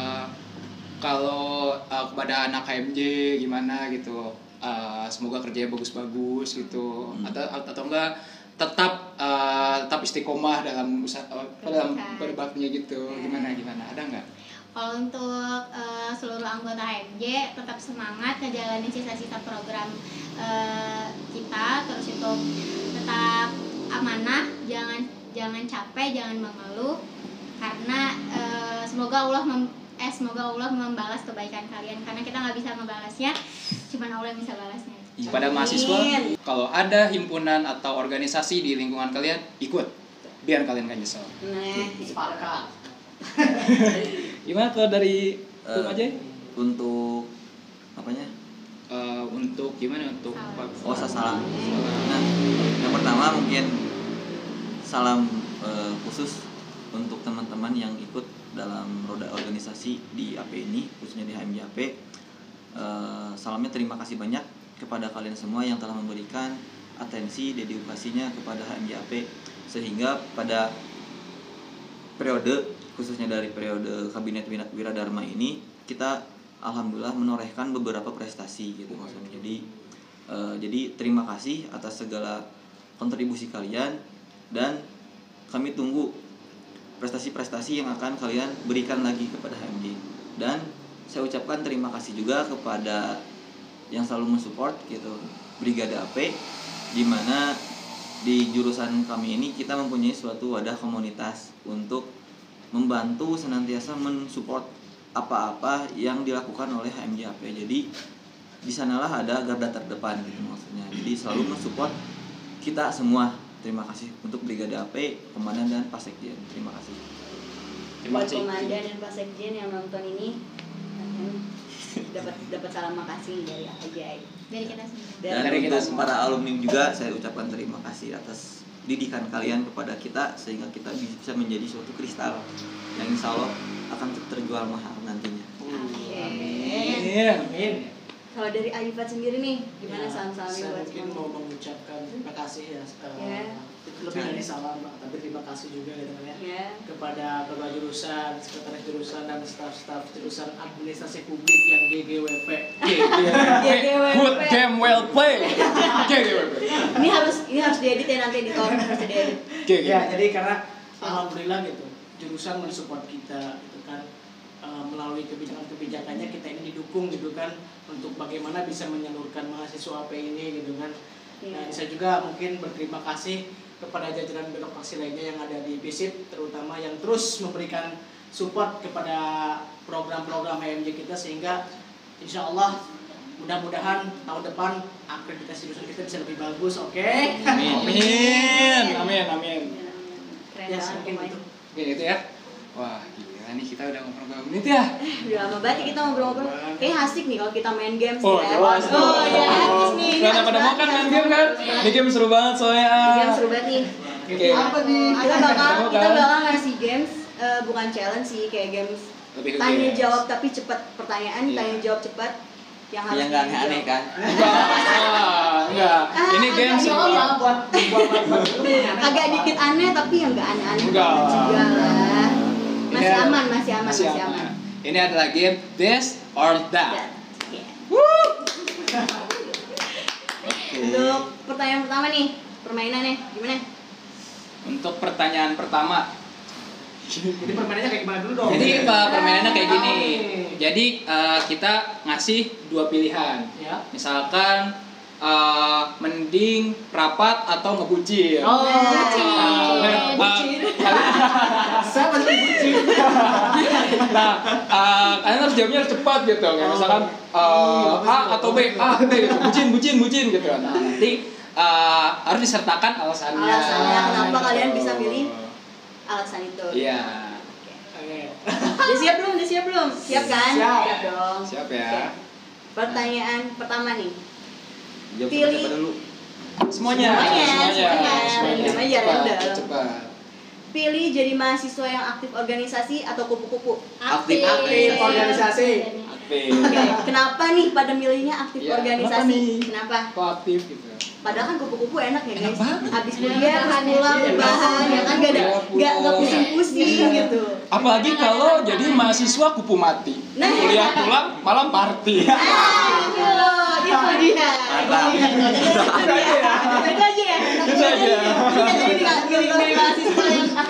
kalau kepada anak HMJ gimana gitu? Semoga kerjanya bagus-bagus gitu. Atau enggak tetap istiqomah dalam dalam berbaktinya gitu. Gimana? Ada nggak? Kalau untuk seluruh anggota HMJ tetap semangat ngejalanin sisa-sisa program kita, terus itu tetap amanah, jangan capek, jangan mengeluh, karena semoga Allah membalas kebaikan kalian, karena kita nggak bisa membalasnya, cuman Allah yang bisa balasnya. Pada mahasiswa, kalau ada himpunan atau organisasi di lingkungan kalian, ikut biar kalian gak nyesel. Sepakat. Gimana kalau dari aja? Untuk apanya? Untuk gimana? Untuk salam. Nah, yang pertama mungkin salam khusus untuk teman-teman yang ikut dalam roda organisasi di AP ini, khususnya di HMJAP. Salamnya terima kasih banyak kepada kalian semua yang telah memberikan atensi dedikasinya kepada HMJAP, sehingga pada periode, khususnya dari periode Kabinet Wiradharma ini, kita alhamdulillah menorehkan beberapa prestasi gitu maksudnya. Jadi terima kasih atas segala kontribusi kalian, dan kami tunggu prestasi-prestasi yang akan kalian berikan lagi kepada HMJ. Dan saya ucapkan terima kasih juga kepada yang selalu mensupport gitu, Brigade AP, di mana di jurusan kami ini kita mempunyai suatu wadah komunitas untuk membantu senantiasa mensupport apa-apa yang dilakukan oleh HMJAP. Jadi di sanalah ada garda terdepan gitu maksudnya. Jadi selalu mensupport kita semua. Terima kasih untuk Brigade AP, Komandan dan Pak Sekjen. Terima kasih. Buat Komandan dan Pak Sekjen yang nonton ini, dapat salam makasih dari Ajay. Dari kita semua. Dan dari kita untuk para alumni juga saya ucapkan terima kasih atas didikan kalian kepada kita, sehingga kita bisa menjadi suatu kristal yang insya Allah akan terjual mahal nantinya. Amin. Kalau dari Arifat sendiri nih, gimana salam-salamnya Saya buat mungkin mau mengucapkan terima kasih ya. Lebih dari salam, tapi terima kasih juga gitu kan ya. Kepada kepala jurusan, sekretaris jurusan, dan staf-staf jurusan administrasi publik yang GGWP. Good game well played. GGWP. Ini harus diedit ya, nanti editor harus diedit. Ya, jadi karena alhamdulillah gitu, jurusan mensupport kita gitu kan. Melalui kebijakan-kebijakannya kita ini didukung gitu kan, untuk bagaimana bisa menyalurkan mahasiswa AP ini gitu kan. Dan saya juga mungkin berterima kasih kepada jajaran birokrasi lainnya yang ada di BISIP, terutama yang terus memberikan support kepada program-program HMJ kita, sehingga insya Allah mudah-mudahan tahun depan akreditasi jurusan kita bisa lebih bagus. Oke? Amin. Keren Ya, banget mungkin pokoknya. itu. Oke, itu ya. Wah, gila nih kita udah ngobrol berapa menit ya? Udah lama banget kita ngobrol-ngobrol. Kayaknya asik nih kalau kita main games Oh, ya. jelas. Ya, habis nih. Karena pada mau kan main game kan? Ini game seru banget soalnya. Game seru banget nih. Oke. Apa nih? Kita bakal ngasih games, bukan challenge sih, kayak games Lebih ke tanya games. jawab tapi cepat, pertanyaan Iya. tanya jawab cepat yang harus Yang nggak aneh-aneh dijawab. kan? Enggak. Ini game agak seru. dikit. buat Agak dikit aneh tapi yang nggak aneh-aneh Enggak. banget juga lah. Ini Masih ada- aman, masih aman. Ini adalah game This or That. Ya. Oke. Untuk pertanyaan pertama nih, permainannya gimana? Untuk pertanyaan pertama. Jadi permainannya kayak gimana dulu dong? Jadi permainannya kayak gini. Oke. Jadi kita ngasih dua pilihan. Ya. Misalkan mending rapat atau ngebucin. Saya pasti bucin. Nah, kalian harus jawabnya harus cepat gitu. Kayak misalkan A atau B, gitu. Bucin gitu. Nah, nanti harus disertakan alasannya. Alasannya kenapa kalian bisa pilih alasan itu. Iya. Oke. Udah siap belum? Siap kan? Siap. Dong. Siap ya. Oke. Pertanyaan pertama nih. Jawab Pilih. siapa dulu? Semuanya. Random aja, random. Cepat. Pilih jadi mahasiswa yang aktif organisasi atau kupu-kupu. Aktif organisasi. Aktif. Oke, kenapa nih pada milihnya aktif Iya, organisasi? kenapa nih? Kenapa? Kok aktif gitu? Padahal kan kupu-kupu enak ya guys. banget. Habis kuliah terus pulang rebahan ya kan gak pusing-pusing gitu. Apalagi kalau jadi mahasiswa kupu mati. Nah. Kuliah pulang malam party. Itu dia. Mantap. Itu aja ya. Itu aja. Jadi milih mahasiswa yang aktif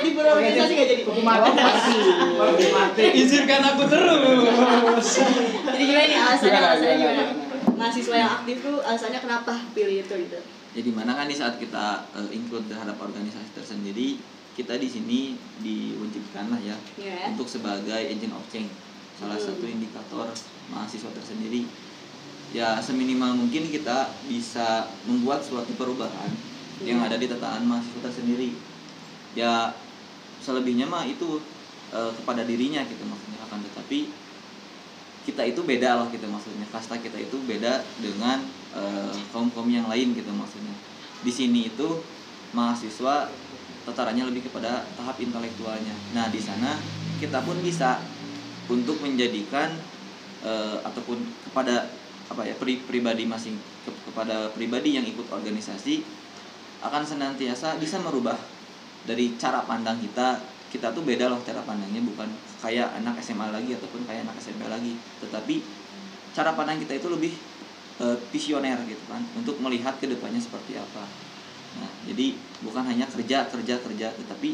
aktif berorganisasi nggak jadi. Kupu mati. Izinkan aku terus. Jadi gimana nih alasannya Gimana? mahasiswa yang aktif tuh alasannya kenapa pilih itu gitu? Jadi mana kan di saat kita include terhadap organisasi tersendiri, kita di sini diwajibkan lah ya Iya. untuk sebagai agent of change, salah satu indikator mahasiswa tersendiri. Ya seminimal mungkin kita bisa membuat suatu perubahan yang ada di tatanan mahasiswa tersendiri. Ya selebihnya mah itu kepada dirinya gitu maksudnya, akan tetapi kita itu beda lah gitu maksudnya, kasta kita itu beda dengan kaum-kaum yang lain gitu maksudnya. Di sini itu mahasiswa tatarannya lebih kepada tahap intelektualnya. Nah di sana kita pun bisa untuk menjadikan ataupun kepada pribadi kepada pribadi yang ikut organisasi akan senantiasa bisa merubah dari cara pandang kita tuh beda loh cara pandangnya, bukan kayak anak SMA lagi ataupun kayak anak SMP lagi, tetapi cara pandang kita itu lebih visioner gitu kan, untuk melihat ke depannya seperti apa. Nah jadi bukan hanya kerja tetapi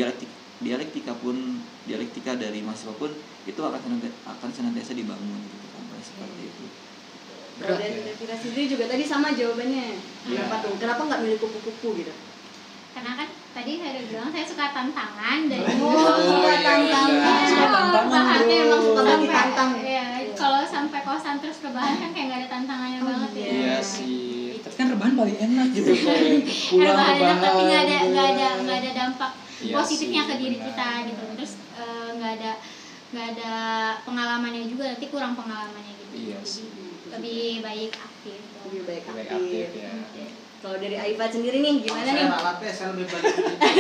dialektika dari mahasiswa pun itu akan senantiasa dibangun gitu kan, seperti itu. Kalau dari Devira sendiri juga tadi sama jawabannya. Kenapa tuh? Kenapa nggak milih kupu-kupu gitu? Karena kan tadi saya udah bilang saya suka tantangan dan Suka tantangan. Suka tantangan, Bahannya emang suka banget sampai ditantang. ya kalau sampai kosan terus rebahan kan kayak nggak ada tantangannya banget ya. Iya sih. Tapi kan rebahan paling enak gitu kayak pulang Rebahan rebahan. tapi nggak ada dampak Iya positifnya sih, ke diri benar. kita gitu. Terus nggak ada pengalamannya juga, nanti kurang pengalamannya gitu. Iya Jadi sih. lebih baik aktif. Lebih baik Lebih aktif. aktif ya. Kalau dari Aifat sendiri nih gimana Saya nih? ralatnya saya lebih banyak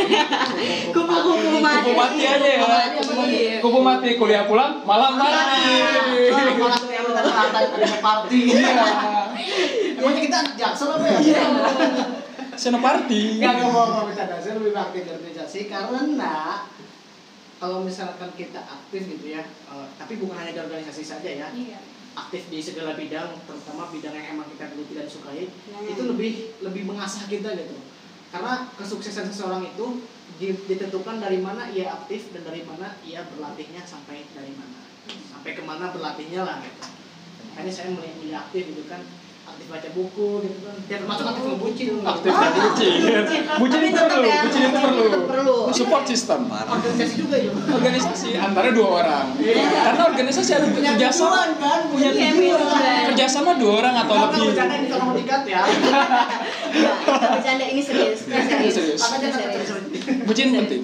Kupu-kupu mati. Kupu mati aja ya. Mati. Kupu mati kuliah pulang malam mati. malah kayak bentar ada party. Emangnya kita anak jaksel apa ya? Senoparty. Enggak mau bercanda. Saya lebih aktif berorganisasi karena kalau misalkan kita aktif gitu ya, tapi bukan hanya di organisasi saja ya, Iya. aktif di segala bidang, terutama bidang yang emang kita geluti dan sukai, Nah. itu lebih mengasah kita gitu. Karena kesuksesan seseorang itu ditentukan dari mana ia aktif dan dari mana ia berlatihnya sampai dari mana, sampai kemana berlatihnya lah gitu. Makanya saya mulai aktif gitu kan, aktif baca buku gitu kan, dan termasuk aktif ngebucin. Aktif dan bucin. Bucin Tapi itu tetap perlu. ya, Bucin itu perlu. perlu. Support system. Organisasi juga ya. Organisasi antara dua orang. Karena organisasi ada kerjasama. kan, Punya Iya, tujuan. tujuan. Kerjasama dua orang atau Kalau lebih. bercanda ini tolong dikat ya. Enggak, kita bercanda ini serius. Ini Serius. Apa jangan Serius. Bucin penting.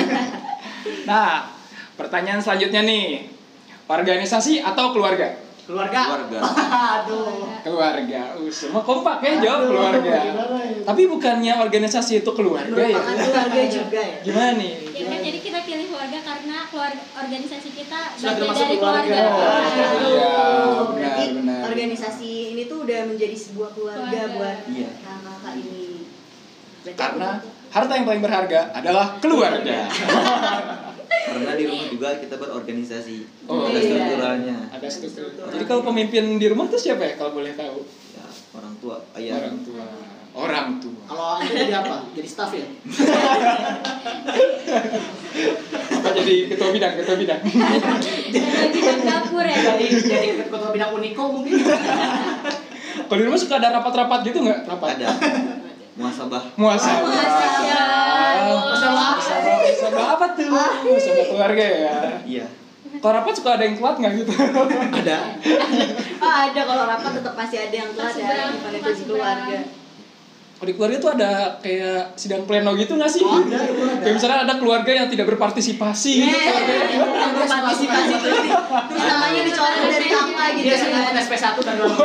Nah, pertanyaan selanjutnya nih. Organisasi atau keluarga? Keluarga. Aduh. Keluarga. Semua kompak ya jawab keluarga. Gimana ya? Tapi bukannya organisasi itu keluarga ya? Merupakan keluarga juga ya. Gimana nih? Ya kan, jadi kita pilih keluarga karena organisasi kita Sudah bagian termasuk dari keluarga. keluarga. Iya, Berarti benar. organisasi ini tuh udah menjadi sebuah keluarga Keluarga. buat Iya. kakak ini. Berarti Karena harta yang paling berharga adalah keluarga. Karena di rumah juga kita berorganisasi, Oh, ada iya. strukturalnya. Ada struktur. Jadi kalau pemimpin di rumah tuh siapa ya kalau boleh tahu? Ya, orang tua, ayah. Orang tua. Orang tua. Kalau anda jadi apa? Jadi staff ya? Apa jadi ketua bidang? Dan bidang dapur ya. Jadi ketua bidang Uniko mungkin. Kalau di rumah suka ada rapat-rapat gitu nggak? Rapat. Ada muasabah. Muasabah. Muasabah apa tuh? Muasabah keluarga ya. Iya. Kalau rapat suka ada yang telat nggak gitu? Ada. Oh, ada kalau rapat tetap pasti ada yang telat ya. Masih Bukan itu masih di keluarga. Kalau di keluarga tuh ada kayak sidang pleno gitu nggak sih? Oh, ada, itu ada. Kayak misalnya ada keluarga yang tidak berpartisipasi gitu keluarganya. Yang berpartisipasi terus namanya dicoret dari kakak gitu Dia sih kan. dapat SP1 dan dalam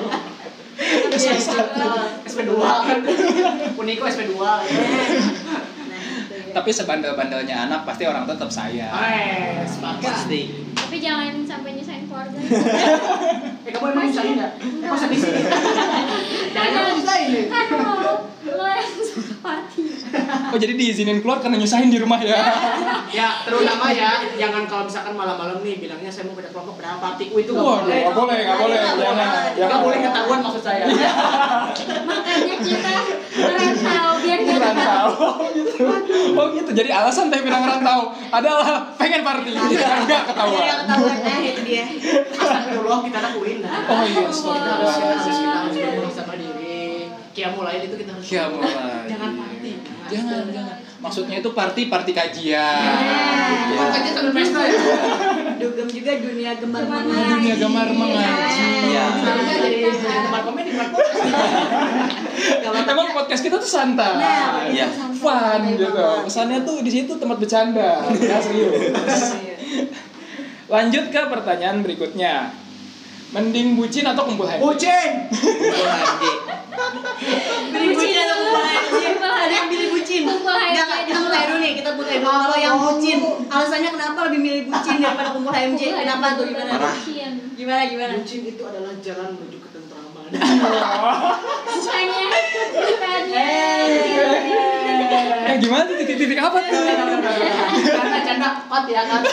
SP2 kan. Uniko SP2. Nah, itu ya. Tapi sebandel-bandelnya anak pasti orang tua tetap sayang. Sepakat. Pasti. Tapi jangan sampai nyusahin keluarga. Kamu emang bisa enggak? Kok sedih sih? Jangan bisa ini. Kan lo yang suka party. Oh jadi diizinin keluar karena nyusahin di rumah ya? Ya, terutama ya, jangan kalau misalkan malam-malam nih bilangnya saya mau pada kelompok pada partiku itu Wah, nggak boleh, nggak boleh. Nggak boleh ketahuan maksud saya. Makanya kita merantau biar nggak Rantau. Oh gitu jadi alasan Teh Pirang Rantau adalah pengen party. Jadi enggak ketahuan. Jadi ketahuan, nah itu dia. Astagfirullah, kita anak UIN dah. Oh iya, Kita harus berusaha diri. Qiyamul Lail itu kita harus. Qiyamul Lail. Jangan party. Jangan. Maksudnya itu party kajian. Bukan kajian sambil pesta ya. Dugem juga dunia gemar Dunia gemar mengaji. Iya. Sebenarnya jadi tempat komedi, tempat podcast. Emang podcast kita tuh santai. Iya. Fun gitu. Kesannya tuh di situ tempat bercanda. Ya serius. Lanjut ke pertanyaan berikutnya. Mending bucin atau kumpul HMJ? Bucin. Kumpul HMJ. Pilih bucin atau kumpul HMJ? Ada yang pilih bucin. Enggak, kita mulai dulu nih, kita mulai dulu. Kalau yang bucin, alasannya kenapa lebih milih bucin daripada kumpul HMJ? Kenapa tuh? Gimana? Bucin itu adalah jalan menuju ketentraman. Gimana tuh titik-titik apa tuh? Canda, cut ya, cut.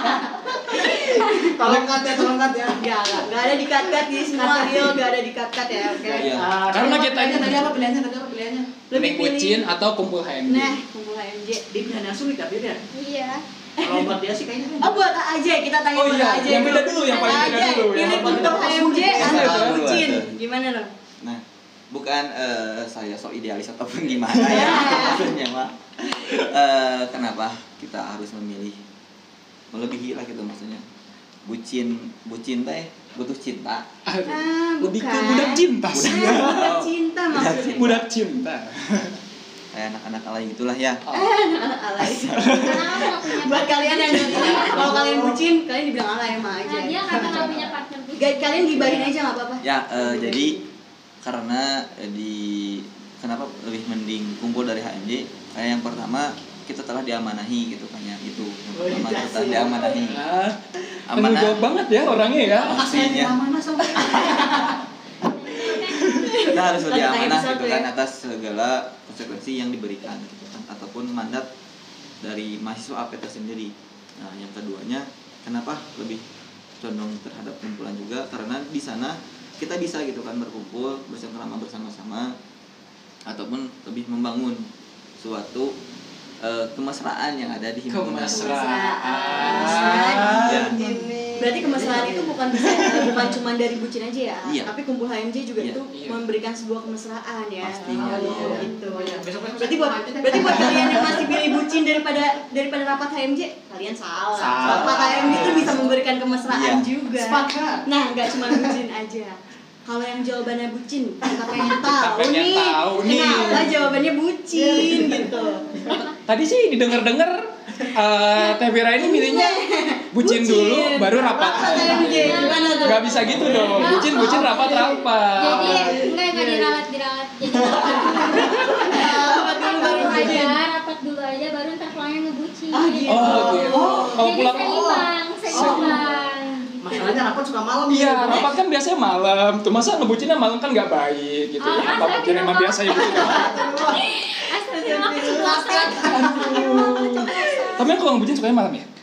Tolong cut ya. Enggak ada di cut-cut di semua real, enggak ada di cut-cut ya, oke. Iya. Karena kita ini tadi apa pilihannya? Mending bucin atau kumpul HMJ? Nah, kumpul HMJ. Di pilihan yang sulit tapi ya. Iya. Kalau buat dia sih kayaknya. Oh buat aja, kita tanya Oh buat iya, aja. yang beda dulu, yang paling beda dulu. Pilih kumpul HMJ atau Yang bucin? dulu. Gimana dong? Nah, bukan saya sok idealis ataupun gimana ya maksudnya Mak. Kenapa kita harus memilih melebihi lah gitu maksudnya. Bucin teh butuh cinta. Lebih ke bukan. budak cinta sih. Budak cinta maksudnya. Budak cinta. Kayak anak-anak alay gitulah ya. Alay. Buat kalian yang kalau kalian bucin, kalian dibilang alay sama aja. Dia karena nggak punya partner bucin. Kalian gibahin aja nggak apa-apa. Ya, jadi karena kenapa lebih mending kumpul dari HMJ? Kayak yang pertama kita telah diamanahi gitu kan ya, itu yang pertama kita diamanahi. Tanggung jawab banget ya orangnya ya. Pastinya kita harus lebih amanah gitu kan atas segala konsekuensi yang diberikan gitu kan ataupun mandat dari mahasiswa AP tersendiri. Nah, yang keduanya kenapa lebih condong terhadap kumpulan juga karena di sana kita bisa gitu kan berkumpul bersama-sama ataupun lebih membangun suatu kemesraan yang ada di himpunan. Ya. Berarti kemesraan itu bukan cuma dari bucin aja ya, Iya. tapi kumpul HMJ juga Iya. itu memberikan sebuah kemesraan ya. Pastinya, iya. Gitu. Besok-besok Berarti buat kalian yang masih pilih bucin daripada rapat HMJ, kalian salah. Rapat HMJ itu bisa memberikan kemesraan Iya. juga. Sepakat. Nah, nggak cuma bucin aja. Kalau yang jawabannya bucin, kita pengen tahu nih. Kenapa jawabannya bucin gitu? Tadi sih didengar-dengar Teh Vira ini milihnya bucin dulu baru rapat. Gimana tuh? Gak bisa gitu dong. Bucin rapat. Jadi enggak diralat. Jadi Rapat dulu baru bucin. rapat dulu aja baru ntar pulangnya ngebucin. Oh, gitu. Oh gitu. Kalau Jadi pulang seimbang. Masalahnya rapat suka malam. iya, rapat kan biasanya malam. Tuh masa ngebucinnya malam kan nggak baik gitu. Ya, apa mungkin emang biasa ibu. Tapi kalau ngebucin sukanya malam ya?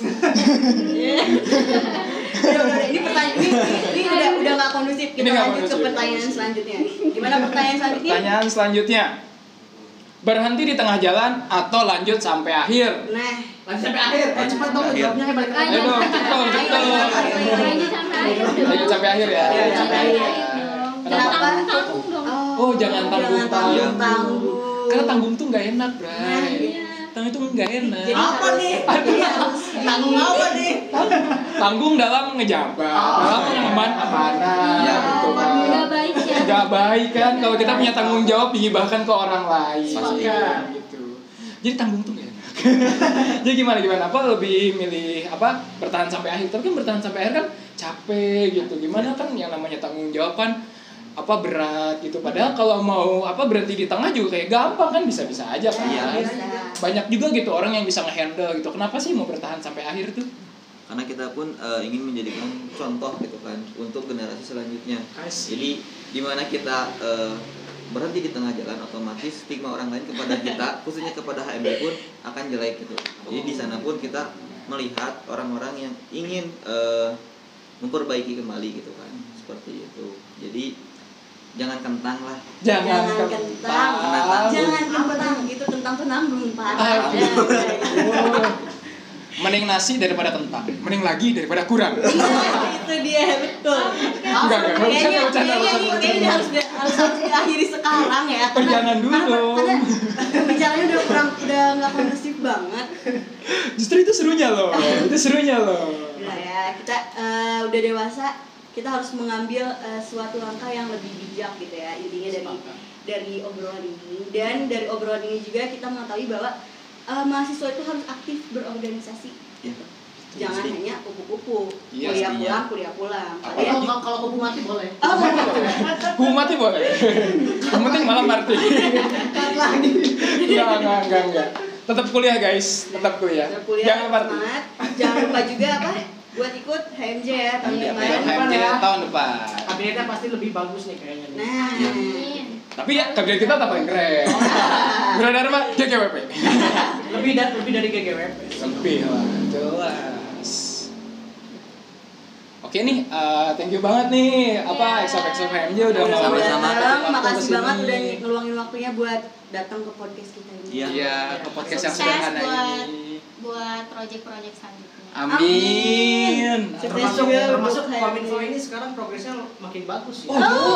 Udah, ini pertanyaan ini udah nggak kondusif. Kita Ini nggak lanjut ke kondusif. pertanyaan selanjutnya. Gimana pertanyaan selanjutnya? Pertanyaan selanjutnya. Berhenti di tengah jalan atau lanjut sampai akhir? Nah, Lanjut sampai akhir. Cepat dong jawabnya kayak balik lagi. Ayo dong, cepet. Lanjut sampai akhir. Lanjut sampai akhir ya. Lanjut sampai akhir. Kenapa? Tanggung dong. Oh, jangan tanggung-tanggung. tanggung. Karena tanggung tuh nggak enak, Nah, Bray. iya. Tanggung itu nggak enak. Jadi Apa harus- nih? Iya, harus Tanggung apa nih? Tanggung dalam ngejabat, dalam mengemban amanah, Iya, gitu kan. Nggak baik ya. Nggak baik kan kalau kita punya tanggung jawab dihibahkan ke orang lain. Pasti. Kan, gitu. Jadi tanggung tuh nggak enak. Jadi gimana? Apa lebih milih apa bertahan sampai akhir? Tapi kan bertahan sampai akhir kan capek gitu. Gimana kan yang namanya tanggung jawab kan apa berat gitu. Padahal kalau mau apa berhenti di tengah juga kayak gampang kan bisa-bisa aja kan. Iya. Banyak juga gitu orang yang bisa ngehandle gitu. Kenapa sih mau bertahan sampai akhir tuh? Karena kita pun ingin menjadikan contoh gitu kan untuk generasi selanjutnya. Jadi di mana kita berhenti di tengah jalan, otomatis stigma orang lain kepada kita, khususnya kepada HMJ pun akan jelek gitu. Jadi di sana pun kita melihat orang-orang yang ingin memperbaiki kembali gitu kan, seperti itu. Jadi jangan kentang lah. Jangan Jangan kentang. kentang. Jangan kentang. Itu kentang tuh nanggung parah. Mending nasi daripada kentang, mending lagi daripada kurang. Itu dia betul. Enggak, Kayaknya bercanda. harus diakhiri sekarang ya. Jangan dulu dong. Karena bicaranya udah nggak kondusif banget. Justru itu serunya loh. Udah ya, kita udah dewasa, kita harus mengambil suatu langkah yang lebih bijak gitu ya. Intinya dari obrolan ini, dan dari obrolan ini juga kita mengetahui bahwa mahasiswa itu harus aktif berorganisasi. Ya. Jangan hanya kupu-kupu, Iya, kuliah pulang. Kalau kupu mati boleh. Hukum mati boleh. Yang penting malam arti. Enggak. Tetap kuliah guys, tetap kuliah. Jangan party. Semangat. Jangan lupa juga apa? Buat ikut HMJ ya tahun depan. HMJ tahun depan. Kabinetnya pasti lebih bagus nih kayaknya. Nah, Tapi ya kabinet kita tak paling keren. Beradar mah GGWP. Lebih dari GGWP. Lebih lah, jelas. Oke nih, thank you banget nih EXO HMJ udah mau Sama-sama. Makasih banget udah ngeluangin waktunya buat datang ke podcast kita ini. Iya, ke podcast yang Sukses sederhana ini. buat project-project selanjutnya. Amin. Sukses juga Termasuk untuk Kominfo HMJ. ini sekarang progresnya makin bagus ya.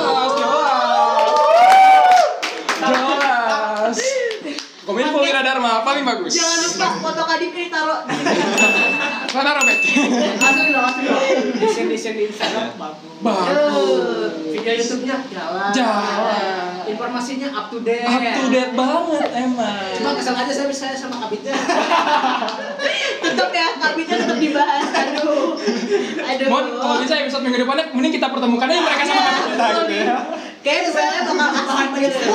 Jelas. Kominfo Wiradharma paling bagus. Jangan lupa foto Kadip ini taruh di Mana Robert? Asli loh. Desain di Instagram bagus. Video YouTube-nya jalan. Informasinya up to date. Up to date banget emang. Cuma kesel aja saya sama kabitnya. tetap ya, Kabitnya tetap dibahas. Aduh. Mon, kalau bisa episode minggu depannya mending kita pertemukan aja mereka sama kita gitu ya. Kayaknya sebenarnya bakal asik gitu.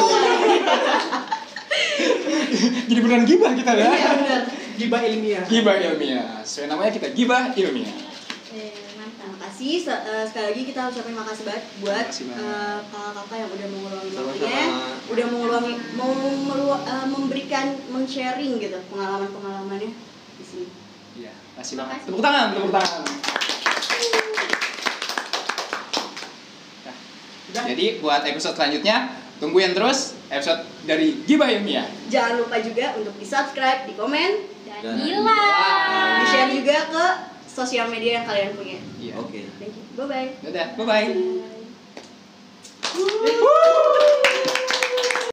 Jadi beneran gibah kita ya. Iya benar. Gibah ilmiah. Gibah ilmiah. Sesuai namanya kita gibah ilmiah. Terima kasih. Sekali lagi kita ucapin makasih banget buat Makasih banget. kakak-kakak yang udah mengeluarkan Sama-sama. waktunya, udah memberikan, men-sharing gitu pengalaman-pengalamannya di sini. Iya, kasih banget. Tepuk tangan. Nah, jadi buat episode selanjutnya tungguin terus episode dari Gibah Ilmiah. Jangan lupa juga untuk di-subscribe, di-komen, Dan hilang. di-share juga ke sosial media yang kalian punya. Iya. Oke. Thank you. Bye-bye. Dadah, bye-bye. Bye.